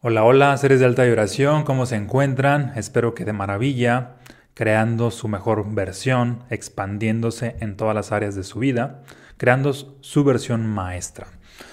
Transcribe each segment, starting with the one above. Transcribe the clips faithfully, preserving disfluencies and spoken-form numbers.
Hola, hola, seres de alta vibración, ¿cómo se encuentran? Espero que de maravilla, creando su mejor versión, expandiéndose en todas las áreas de su vida, creando su versión maestra.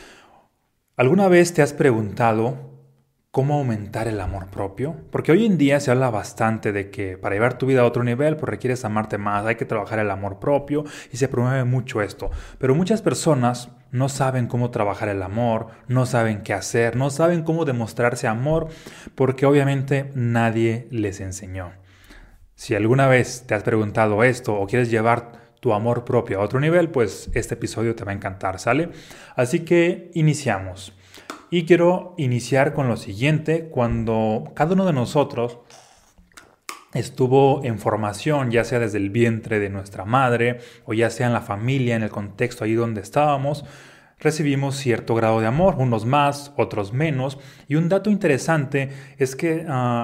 ¿Alguna vez te has preguntado cómo aumentar el amor propio? Porque hoy en día se habla bastante de que para llevar tu vida a otro nivel, pues requieres amarte más, hay que trabajar el amor propio y se promueve mucho esto. Pero muchas personas no saben cómo trabajar el amor, no saben qué hacer, no saben cómo demostrarse amor, porque obviamente nadie les enseñó. Si alguna vez te has preguntado esto o quieres llevar tu amor propio a otro nivel, pues este episodio te va a encantar, ¿sale? Así que iniciamos. Y quiero iniciar con lo siguiente. Cuando cada uno de nosotros estuvo en formación, ya sea desde el vientre de nuestra madre o ya sea en la familia, en el contexto ahí donde estábamos, recibimos cierto grado de amor, unos más, otros menos. Y un dato interesante es que uh,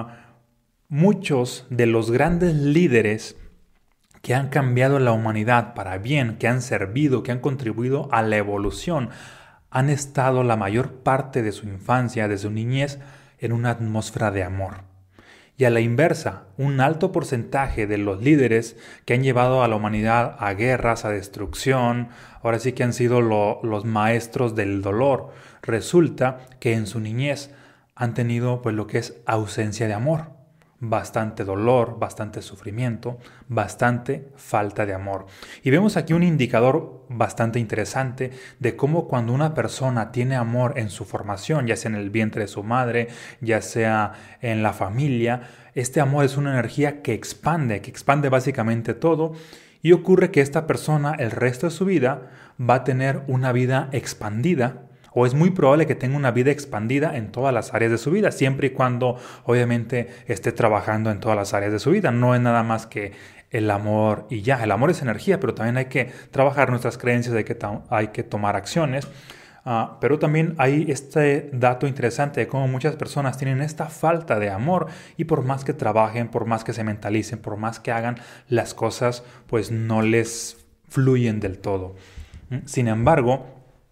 muchos de los grandes líderes que han cambiado la humanidad para bien, que han servido, que han contribuido a la evolución, han estado la mayor parte de su infancia, de su niñez, en una atmósfera de amor. Y a la inversa, un alto porcentaje de los líderes que han llevado a la humanidad a guerras, a destrucción, ahora sí que han sido lo, los maestros del dolor, resulta que en su niñez han tenido pues lo que es ausencia de amor. Bastante dolor, bastante sufrimiento, bastante falta de amor. Y vemos aquí un indicador bastante interesante de cómo cuando una persona tiene amor en su formación, ya sea en el vientre de su madre, ya sea en la familia, este amor es una energía que expande, que expande básicamente todo, y ocurre que esta persona el resto de su vida va a tener una vida expandida, o es muy probable que tenga una vida expandida en todas las áreas de su vida, siempre y cuando obviamente esté trabajando en todas las áreas de su vida. No es nada más que el amor y ya. El amor es energía, pero también hay que trabajar nuestras creencias, hay que, hay que tomar acciones. Uh, pero también hay este dato interesante de cómo muchas personas tienen esta falta de amor y por más que trabajen, por más que se mentalicen, por más que hagan las cosas, pues no les fluyen del todo. Sin embargo,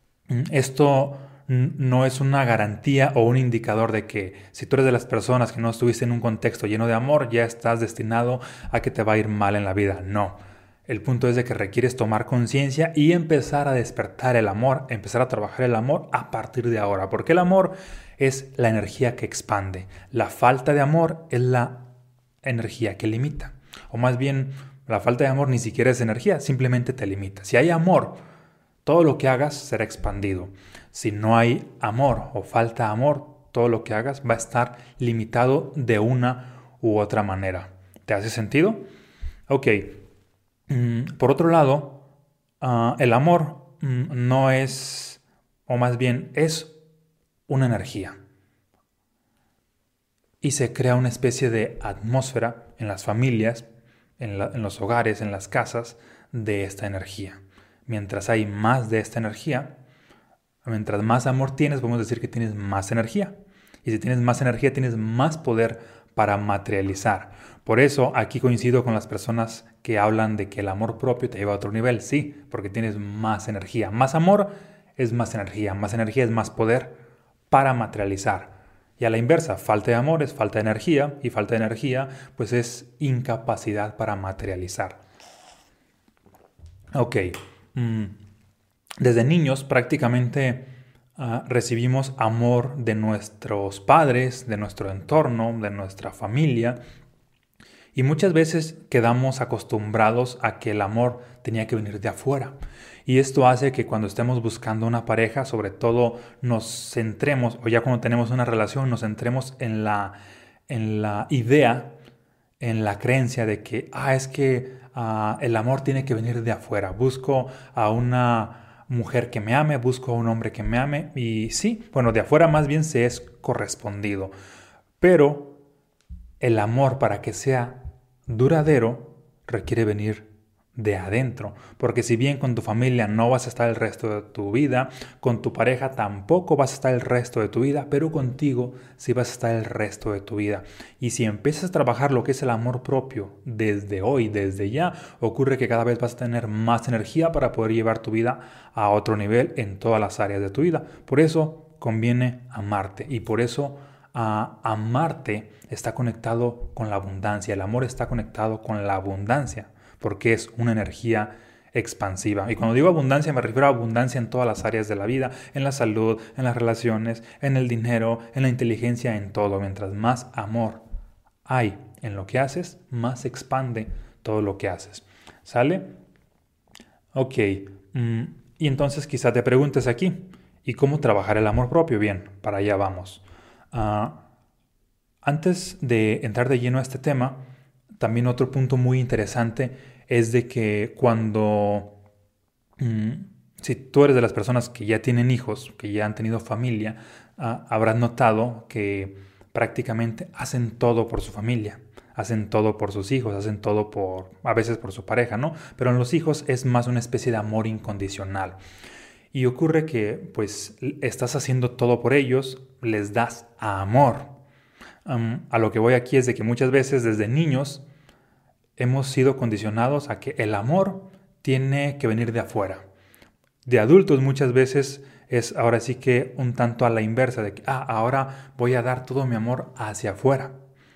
esto no es una garantía o un indicador de que si tú eres de las personas que no estuviste en un contexto lleno de amor, ya estás destinado a que te va a ir mal en la vida. No. El punto es de que requieres tomar conciencia y empezar a despertar el amor, empezar a trabajar el amor a partir de ahora. Porque el amor es la energía que expande. La falta de amor es la energía que limita. O más bien, la falta de amor ni siquiera es energía, simplemente te limita. Si hay amor, todo lo que hagas será expandido. Si no hay amor o falta amor, todo lo que hagas va a estar limitado de una u otra manera. ¿Te hace sentido? Ok. Por otro lado, uh, el amor mm, no es, o más bien es una energía. Y se crea una especie de atmósfera en las familias, en, la, en los hogares, en las casas, de esta energía. Mientras hay más de esta energía, mientras más amor tienes, podemos decir que tienes más energía. Y si tienes más energía, tienes más poder para materializar. Por eso aquí coincido con las personas que hablan de que el amor propio te lleva a otro nivel. Sí, porque tienes más energía. Más amor es más energía. Más energía es más poder para materializar. Y a la inversa, falta de amor es falta de energía. Y falta de energía, pues es incapacidad para materializar. Ok. Desde niños prácticamente uh, recibimos amor de nuestros padres, de nuestro entorno, de nuestra familia, y muchas veces quedamos acostumbrados a que el amor tenía que venir de afuera. Y esto hace que cuando estemos buscando una pareja, sobre todo nos centremos, o ya cuando tenemos una relación, nos centremos en la, en la idea, en la creencia de que, ah, es que Uh, el amor tiene que venir de afuera. Busco a una mujer que me ame, busco a un hombre que me ame y sí, bueno, de afuera más bien se es correspondido. Pero el amor para que sea duradero requiere venir de adentro, porque si bien con tu familia no vas a estar el resto de tu vida, con tu pareja tampoco vas a estar el resto de tu vida, pero contigo sí vas a estar el resto de tu vida. Y si empiezas a trabajar lo que es el amor propio desde hoy, desde ya, ocurre que cada vez vas a tener más energía para poder llevar tu vida a otro nivel en todas las áreas de tu vida. Por eso conviene amarte y por eso a amarte está conectado con la abundancia. El amor está conectado con la abundancia porque es una energía expansiva. Y cuando digo abundancia me refiero a abundancia en todas las áreas de la vida, en la salud, en las relaciones, en el dinero, en la inteligencia, en todo. Mientras más amor hay en lo que haces, más se expande todo lo que haces. ¿Sale? Ok. Mm, y entonces quizá te preguntes aquí, ¿y cómo trabajar el amor propio? Bien, para allá vamos. Uh, antes de entrar de lleno a este tema, también otro punto muy interesante es de que cuando, mmm, si tú eres de las personas que ya tienen hijos, que ya han tenido familia, uh, habrás notado que prácticamente hacen todo por su familia, hacen todo por sus hijos, hacen todo por, a veces por su pareja, ¿no? Pero en los hijos es más una especie de amor incondicional. Y ocurre que, pues, estás haciendo todo por ellos, les das amor. Um, a lo que voy aquí es de que muchas veces desde niños hemos sido condicionados a que el amor tiene que venir de afuera. De adultos muchas veces es ahora sí que un tanto a la inversa, de que ah, ahora voy a dar todo mi amor hacia afuera.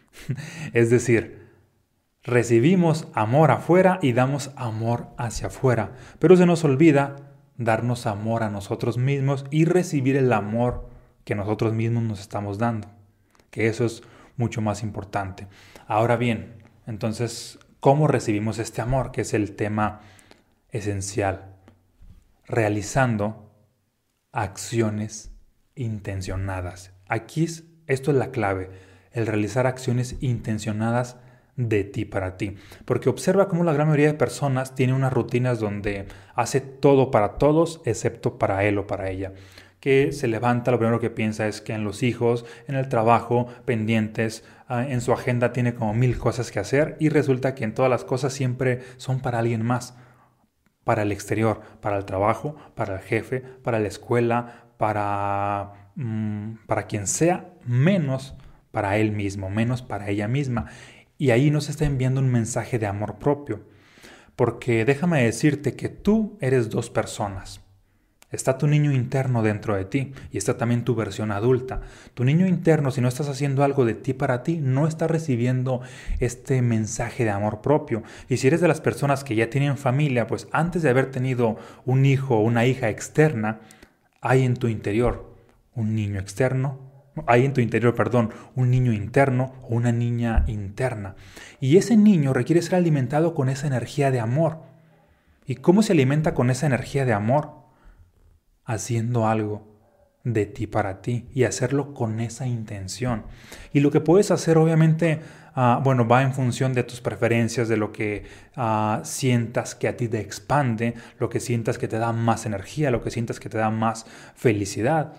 Es decir, recibimos amor afuera y damos amor hacia afuera, pero se nos olvida darnos amor a nosotros mismos y recibir el amor que nosotros mismos nos estamos dando, que eso es mucho más importante. Ahora bien, entonces, ¿cómo recibimos este amor? Que es el tema esencial. Realizando acciones intencionadas. Aquí es, esto es la clave, el realizar acciones intencionadas de ti para ti. Porque observa cómo la gran mayoría de personas tiene unas rutinas donde hace todo para todos excepto para él o para ella. Que se levanta, lo primero que piensa es que en los hijos, en el trabajo, pendientes, uh, en su agenda tiene como mil cosas que hacer y resulta que en todas las cosas siempre son para alguien más. Para el exterior, para el trabajo, para el jefe, para la escuela, para, mmm, para quien sea, menos para él mismo, menos para ella misma. Y ahí nos está enviando un mensaje de amor propio. Porque déjame decirte que tú eres dos personas. Está tu niño interno dentro de ti y está también tu versión adulta. Tu niño interno, si no estás haciendo algo de ti para ti, no está recibiendo este mensaje de amor propio. Y si eres de las personas que ya tienen familia, pues antes de haber tenido un hijo o una hija externa, hay en tu interior un niño externo. Hay en tu interior, perdón, un niño interno o una niña interna. Y ese niño requiere ser alimentado con esa energía de amor. ¿Y cómo se alimenta con esa energía de amor? Haciendo algo de ti para ti y hacerlo con esa intención. Y lo que puedes hacer obviamente, uh, bueno, va en función de tus preferencias, de lo que uh, sientas que a ti te expande, lo que sientas que te da más energía, lo que sientas que te da más felicidad.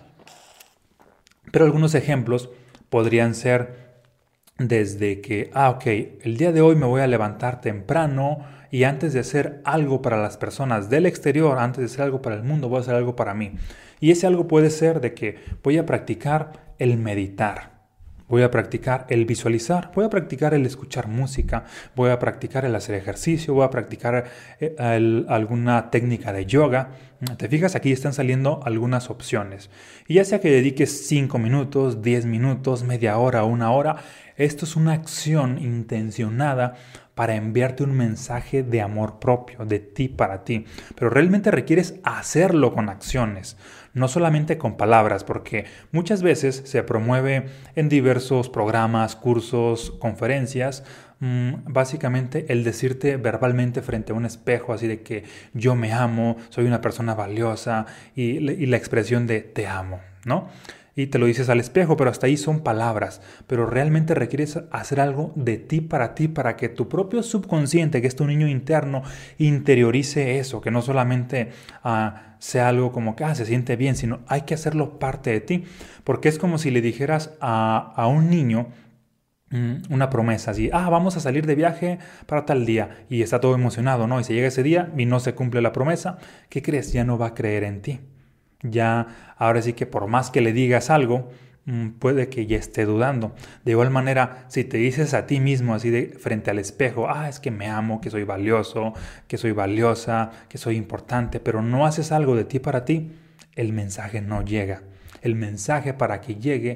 Pero algunos ejemplos podrían ser desde que, ah, ok, el día de hoy me voy a levantar temprano y antes de hacer algo para las personas del exterior, antes de hacer algo para el mundo, voy a hacer algo para mí. Y ese algo puede ser de que voy a practicar el meditar. Voy a practicar el visualizar, voy a practicar el escuchar música, voy a practicar el hacer ejercicio, voy a practicar el, el, alguna técnica de yoga. Te fijas, aquí están saliendo algunas opciones. Y ya sea que dediques cinco minutos, diez minutos, media hora o una hora, esto es una acción intencionada para enviarte un mensaje de amor propio, de ti para ti. Pero realmente requieres hacerlo con acciones, no solamente con palabras, porque muchas veces se promueve en diversos programas, cursos, conferencias, mmm, básicamente el decirte verbalmente frente a un espejo, así de que yo me amo, soy una persona valiosa, y, y la expresión de te amo, ¿no? Y te lo dices al espejo, pero hasta ahí son palabras. Pero realmente requieres hacer algo de ti para ti, para que tu propio subconsciente, que es tu niño interno, interiorice eso, que no solamente uh, sea algo como que ah, se siente bien, sino hay que hacerlo parte de ti. Porque es como si le dijeras a, a un niño una promesa, así, ah, vamos a salir de viaje para tal día, y está todo emocionado, ¿no? Y se llega ese día y no se cumple la promesa, ¿qué crees? Ya no va a creer en ti. Ya, ahora sí que por más que le digas algo, puede que ya esté dudando. De igual manera, si te dices a ti mismo así de frente al espejo, ah, es que me amo, que soy valioso, que soy valiosa, que soy importante, pero no haces algo de ti para ti, el mensaje no llega. El mensaje para que llegue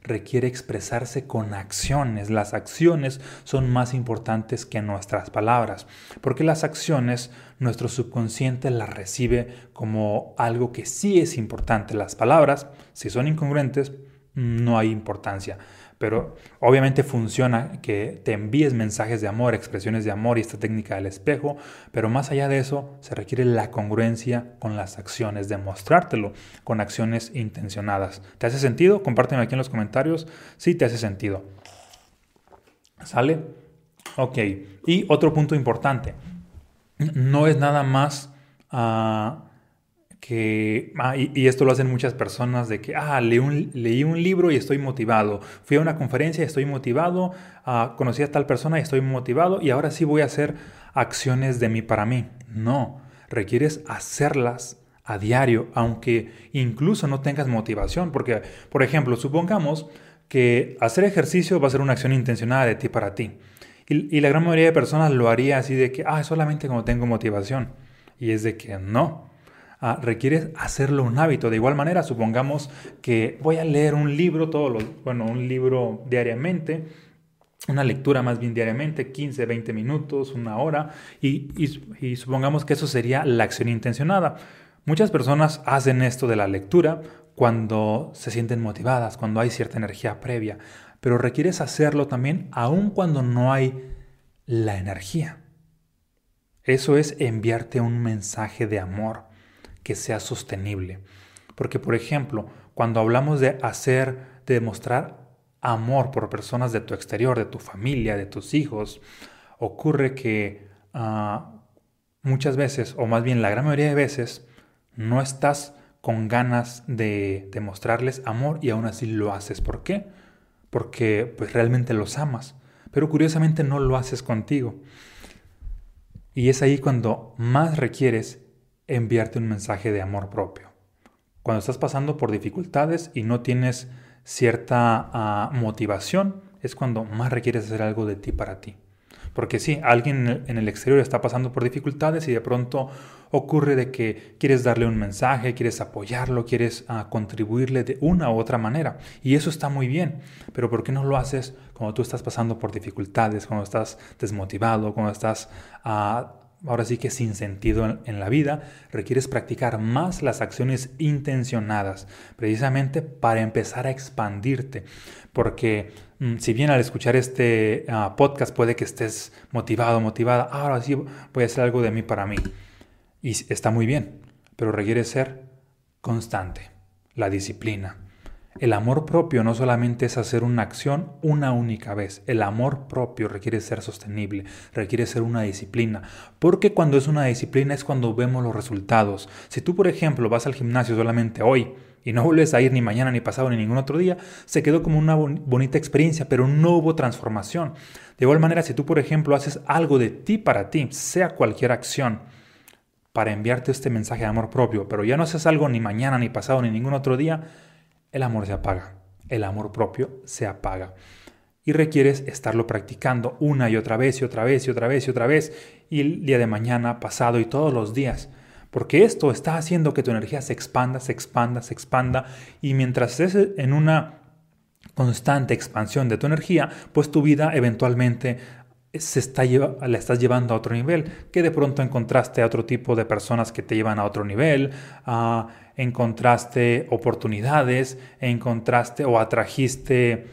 requiere expresarse con acciones. Las acciones son más importantes que nuestras palabras, porque las acciones nuestro subconsciente las recibe como algo que sí es importante. Las palabras, si son incongruentes, no hay importancia. Pero obviamente funciona que te envíes mensajes de amor, expresiones de amor y esta técnica del espejo, pero más allá de eso se requiere la congruencia con las acciones, demostrártelo con acciones intencionadas. ¿Te hace sentido? Compárteme aquí en los comentarios si te hace sentido. ¿Sale? Ok. Y otro punto importante. No es nada más... Uh, que, ah, y, y esto lo hacen muchas personas de que, ah, leí un, leí un libro y estoy motivado, fui a una conferencia y estoy motivado, ah, conocí a tal persona y estoy motivado y ahora sí voy a hacer acciones de mí para mí. No, requieres hacerlas a diario, aunque incluso no tengas motivación, porque, por ejemplo, supongamos que hacer ejercicio va a ser una acción intencionada de ti para ti, y, y la gran mayoría de personas lo haría así de que, ah, solamente cuando tengo motivación, y es de que no. Uh, requieres hacerlo un hábito. De igual manera, supongamos que voy a leer un libro, todos los, bueno, un libro diariamente, una lectura más bien diariamente, quince, veinte minutos, una hora, y, y, y supongamos que eso sería la acción intencionada. Muchas personas hacen esto de la lectura cuando se sienten motivadas, cuando hay cierta energía previa, pero requieres hacerlo también aun cuando no hay la energía. Eso es enviarte un mensaje de amor que sea sostenible. Porque, por ejemplo, cuando hablamos de hacer, de demostrar amor por personas de tu exterior, de tu familia, de tus hijos, ocurre que uh, muchas veces, o más bien la gran mayoría de veces, no estás con ganas de demostrarles amor y aún así lo haces. ¿Por qué? Porque pues realmente los amas, pero curiosamente no lo haces contigo. Y es ahí cuando más requieres enviarte un mensaje de amor propio. Cuando estás pasando por dificultades y no tienes cierta uh, motivación, es cuando más requieres hacer algo de ti para ti. Porque sí, alguien en el exterior está pasando por dificultades y de pronto ocurre de que quieres darle un mensaje, quieres apoyarlo, quieres uh, contribuirle de una u otra manera. Y eso está muy bien, pero ¿por qué no lo haces cuando tú estás pasando por dificultades, cuando estás desmotivado, cuando estás... Uh, ahora sí que sin sentido en, en la vida? Requieres practicar más las acciones intencionadas, precisamente para empezar a expandirte. Porque mm, si bien al escuchar este uh, podcast puede que estés motivado, motivada, ahora sí voy a hacer algo de mí para mí. Y está muy bien, pero requiere ser constante, la disciplina. El amor propio no solamente es hacer una acción una única vez. El amor propio requiere ser sostenible, requiere ser una disciplina. Porque cuando es una disciplina es cuando vemos los resultados. Si tú, por ejemplo, vas al gimnasio solamente hoy y no vuelves a ir ni mañana, ni pasado, ni ningún otro día, se quedó como una bon- bonita experiencia, pero no hubo transformación. De igual manera, si tú, por ejemplo, haces algo de ti para ti, sea cualquier acción, para enviarte este mensaje de amor propio, pero ya no haces algo ni mañana, ni pasado, ni ningún otro día, el amor se apaga, el amor propio se apaga. Y requieres estarlo practicando una y otra vez y otra vez y otra vez y otra vez, y el día de mañana, pasado y todos los días. Porque esto está haciendo que tu energía se expanda, se expanda, se expanda, y mientras estés en una constante expansión de tu energía, pues tu vida eventualmente se está lleva, la estás llevando a otro nivel, que de pronto encontraste a otro tipo de personas que te llevan a otro nivel, uh, encontraste oportunidades, encontraste o atrajiste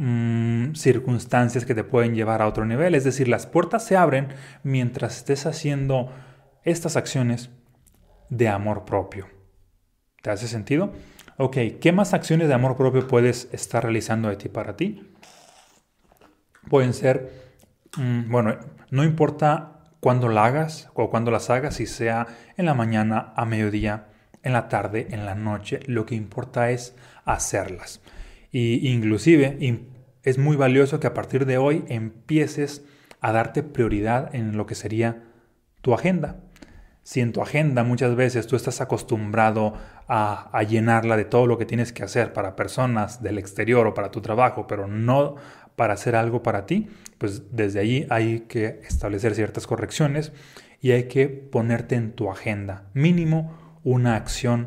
um, circunstancias que te pueden llevar a otro nivel. Es decir, las puertas se abren mientras estés haciendo estas acciones de amor propio. ¿Te hace sentido? Ok, ¿qué más acciones de amor propio puedes estar realizando de ti para ti? Pueden ser... Bueno, no importa cuándo la hagas o cuándo las hagas, si sea en la mañana, a mediodía, en la tarde, en la noche, lo que importa es hacerlas. Y inclusive es muy valioso que a partir de hoy empieces a darte prioridad en lo que sería tu agenda. Si en tu agenda muchas veces tú estás acostumbrado a, a llenarla de todo lo que tienes que hacer para personas del exterior o para tu trabajo, pero no para hacer algo para ti, pues desde ahí hay que establecer ciertas correcciones y hay que ponerte en tu agenda mínimo una acción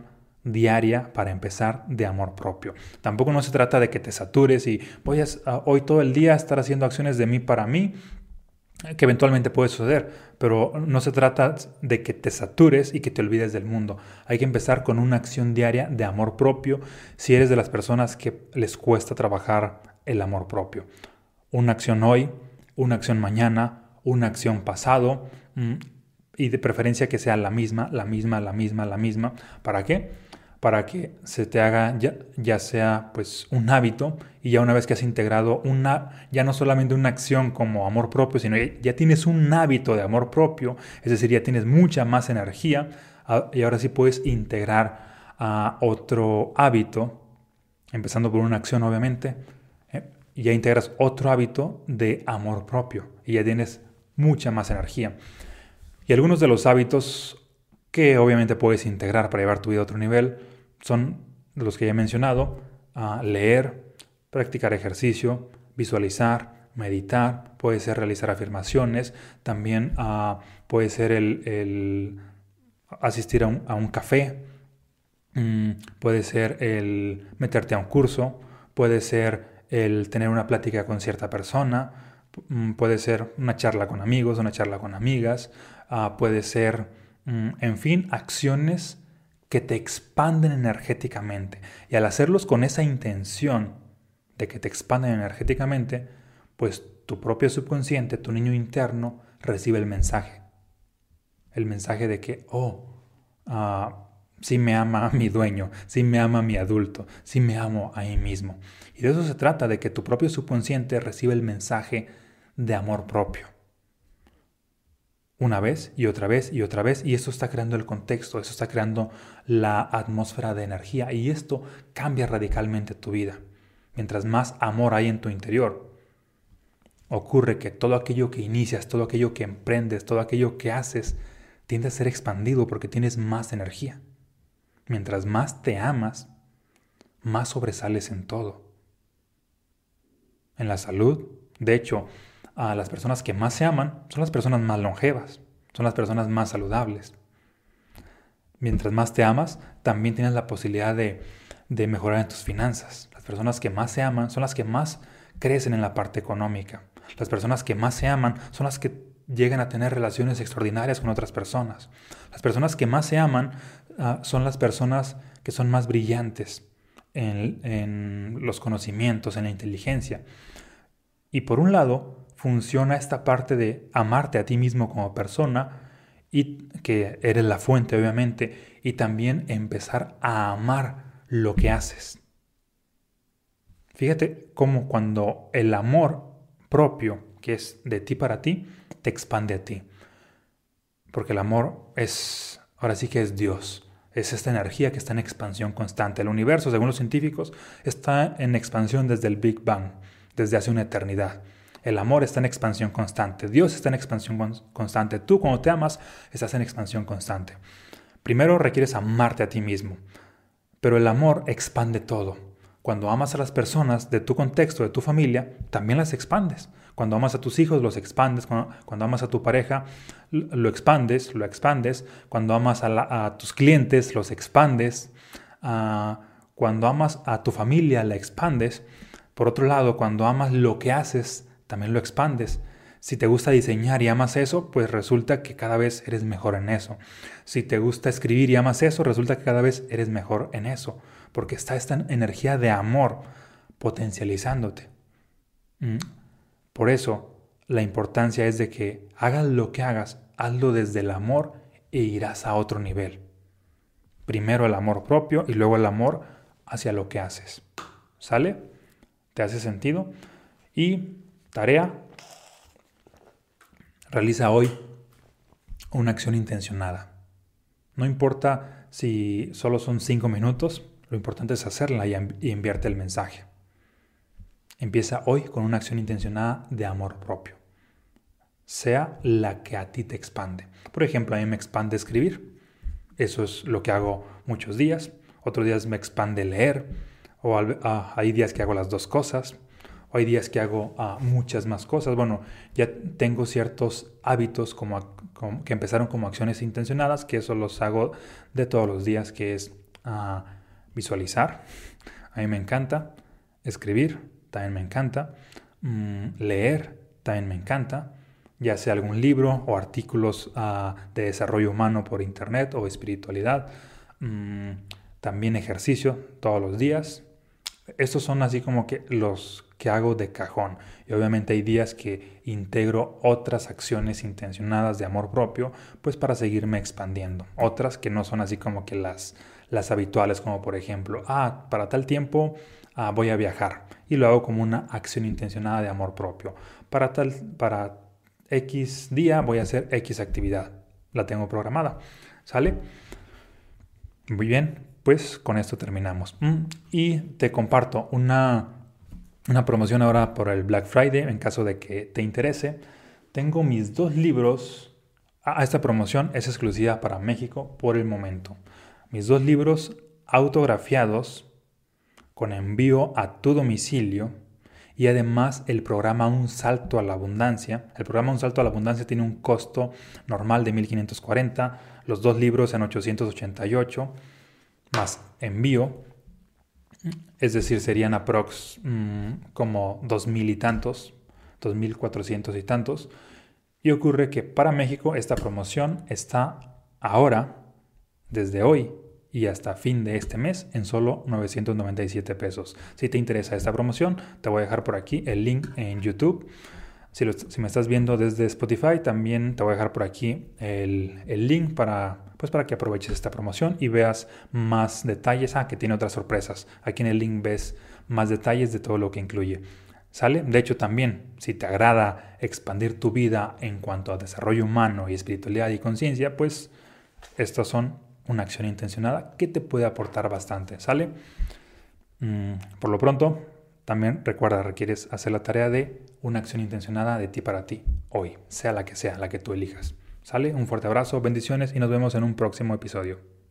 diaria para empezar de amor propio. Tampoco no se trata de que te satures y voy a uh, hoy todo el día estar haciendo acciones de mí para mí, que eventualmente puede suceder, pero no se trata de que te satures y que te olvides del mundo. Hay que empezar con una acción diaria de amor propio si eres de las personas que les cuesta trabajar el amor propio. Una acción hoy, una acción mañana, una acción pasado, y de preferencia que sea la misma, la misma, la misma, la misma. ¿Para qué? Para que se te haga ya, ya sea pues un hábito, y ya una vez que has integrado una, ya no solamente una acción como amor propio, sino ya, ya tienes un hábito de amor propio, es decir, ya tienes mucha más energía, y ahora sí puedes integrar a otro hábito, empezando por una acción obviamente, ¿eh? Y ya integras otro hábito de amor propio y ya tienes mucha más energía. Y algunos de los hábitos que obviamente puedes integrar para llevar tu vida a otro nivel son los que ya he mencionado: uh, leer, practicar ejercicio, visualizar, meditar, puede ser realizar afirmaciones, también uh, puede ser el, el asistir a un, a un café, um, puede ser el meterte a un curso, puede ser el tener una plática con cierta persona, um, puede ser una charla con amigos, una charla con amigas, uh, puede ser, um, en fin, acciones que te expanden energéticamente. Y al hacerlos con esa intención de que te expanden energéticamente, pues tu propio subconsciente, tu niño interno, recibe el mensaje. El mensaje de que, oh, uh, sí me ama mi dueño, sí me ama mi adulto, sí me amo a mí mismo. Y de eso se trata, de que tu propio subconsciente recibe el mensaje de amor propio. Una vez y otra vez y otra vez, y esto está creando el contexto, eso está creando la atmósfera de energía, y esto cambia radicalmente tu vida. Mientras más amor hay en tu interior, ocurre que todo aquello que inicias, todo aquello que emprendes, todo aquello que haces, tiende a ser expandido porque tienes más energía. Mientras más te amas, más sobresales en todo. En la salud, de hecho, a las personas que más se aman son las personas más longevas, son las personas más saludables. Mientras más te amas, también tienes la posibilidad de, de mejorar en tus finanzas. Las personas que más se aman son las que más crecen en la parte económica. Las personas que más se aman son las que llegan a tener relaciones extraordinarias con otras personas. Las personas que más se aman uh, son las personas que son más brillantes en, en los conocimientos, en la inteligencia. Y por un lado, funciona esta parte de amarte a ti mismo como persona, y que eres la fuente obviamente, y también empezar a amar lo que haces. Fíjate cómo cuando el amor propio, que es de ti para ti, te expande a ti. Porque el amor es, ahora sí que es Dios, es esta energía que está en expansión constante. El universo, según los científicos, está en expansión desde el Big Bang, desde hace una eternidad. El amor está en expansión constante. Dios está en expansión constante. Tú, cuando te amas, estás en expansión constante. Primero requieres amarte a ti mismo, pero el amor expande todo. Cuando amas a las personas de tu contexto, de tu familia, también las expandes. Cuando amas a tus hijos, los expandes. Cuando, cuando amas a tu pareja, lo expandes, lo expandes. Cuando amas a, la, a tus clientes, los expandes. Uh, cuando amas a tu familia, la expandes. Por otro lado, cuando amas lo que haces, también lo expandes. Si te gusta diseñar y amas eso, pues resulta que cada vez eres mejor en eso. Si te gusta escribir y amas eso, resulta que cada vez eres mejor en eso. Porque está esta energía de amor potencializándote. Por eso, la importancia es de que hagas lo que hagas, hazlo desde el amor e irás a otro nivel. Primero el amor propio y luego el amor hacia lo que haces. ¿Sale? ¿Te hace sentido? Y tarea, realiza hoy una acción intencionada. No importa si solo son cinco minutos, lo importante es hacerla y, y enviarte el mensaje. Empieza hoy con una acción intencionada de amor propio, sea la que a ti te expande. Por ejemplo, a mí me expande escribir. Eso es lo que hago muchos días. Otros días me expande leer. O uh, hay días que hago las dos cosas. O hay días que hago uh, muchas más cosas. Bueno, ya tengo ciertos hábitos como, como, que empezaron como acciones intencionadas, que eso los hago de todos los días, que es uh, visualizar, a mí me encanta. Escribir, también me encanta. Mm, leer, también me encanta. Ya sea algún libro o artículos uh, de desarrollo humano por internet o espiritualidad. Mm, también ejercicio todos los días. Estos son así como que los que hago de cajón. Y obviamente hay días que integro otras acciones intencionadas de amor propio, pues para seguirme expandiendo. Otras que no son así como que las, las habituales, como por ejemplo, ah, para tal tiempo ah, voy a viajar. Y lo hago como una acción intencionada de amor propio. Para tal, para X día voy a hacer X actividad. La tengo programada. ¿Sale? Muy bien. Pues con esto terminamos. Mm, y te comparto una, una promoción ahora por el Black Friday, en caso de que te interese. Tengo mis dos libros. Ah, esta promoción es exclusiva para México por el momento. Mis dos libros autografiados con envío a tu domicilio y además el programa Un Salto a la Abundancia. El programa Un Salto a la Abundancia tiene un costo normal de mil quinientos cuarenta, los dos libros en ochocientos ochenta y ocho. Más envío, es decir, serían aprox mmm, como dos mil y tantos, dos mil cuatrocientos y tantos. Y ocurre que para México esta promoción está ahora, desde hoy y hasta fin de este mes, en solo novecientos noventa y siete pesos. Si te interesa esta promoción, te voy a dejar por aquí el link en YouTube. Si, lo, si me estás viendo desde Spotify, también te voy a dejar por aquí el, el link para, pues para que aproveches esta promoción y veas más detalles. Ah, que tiene otras sorpresas. Aquí en el link ves más detalles de todo lo que incluye. ¿Sale? De hecho, también, si te agrada expandir tu vida en cuanto a desarrollo humano y espiritualidad y conciencia, pues estas son una acción intencionada que te puede aportar bastante. ¿Sale? Mm, por lo pronto, también recuerda, requieres hacer la tarea de una acción intencionada de ti para ti, hoy, sea la que sea, la que tú elijas. ¿Sale? Un fuerte abrazo, bendiciones y nos vemos en un próximo episodio.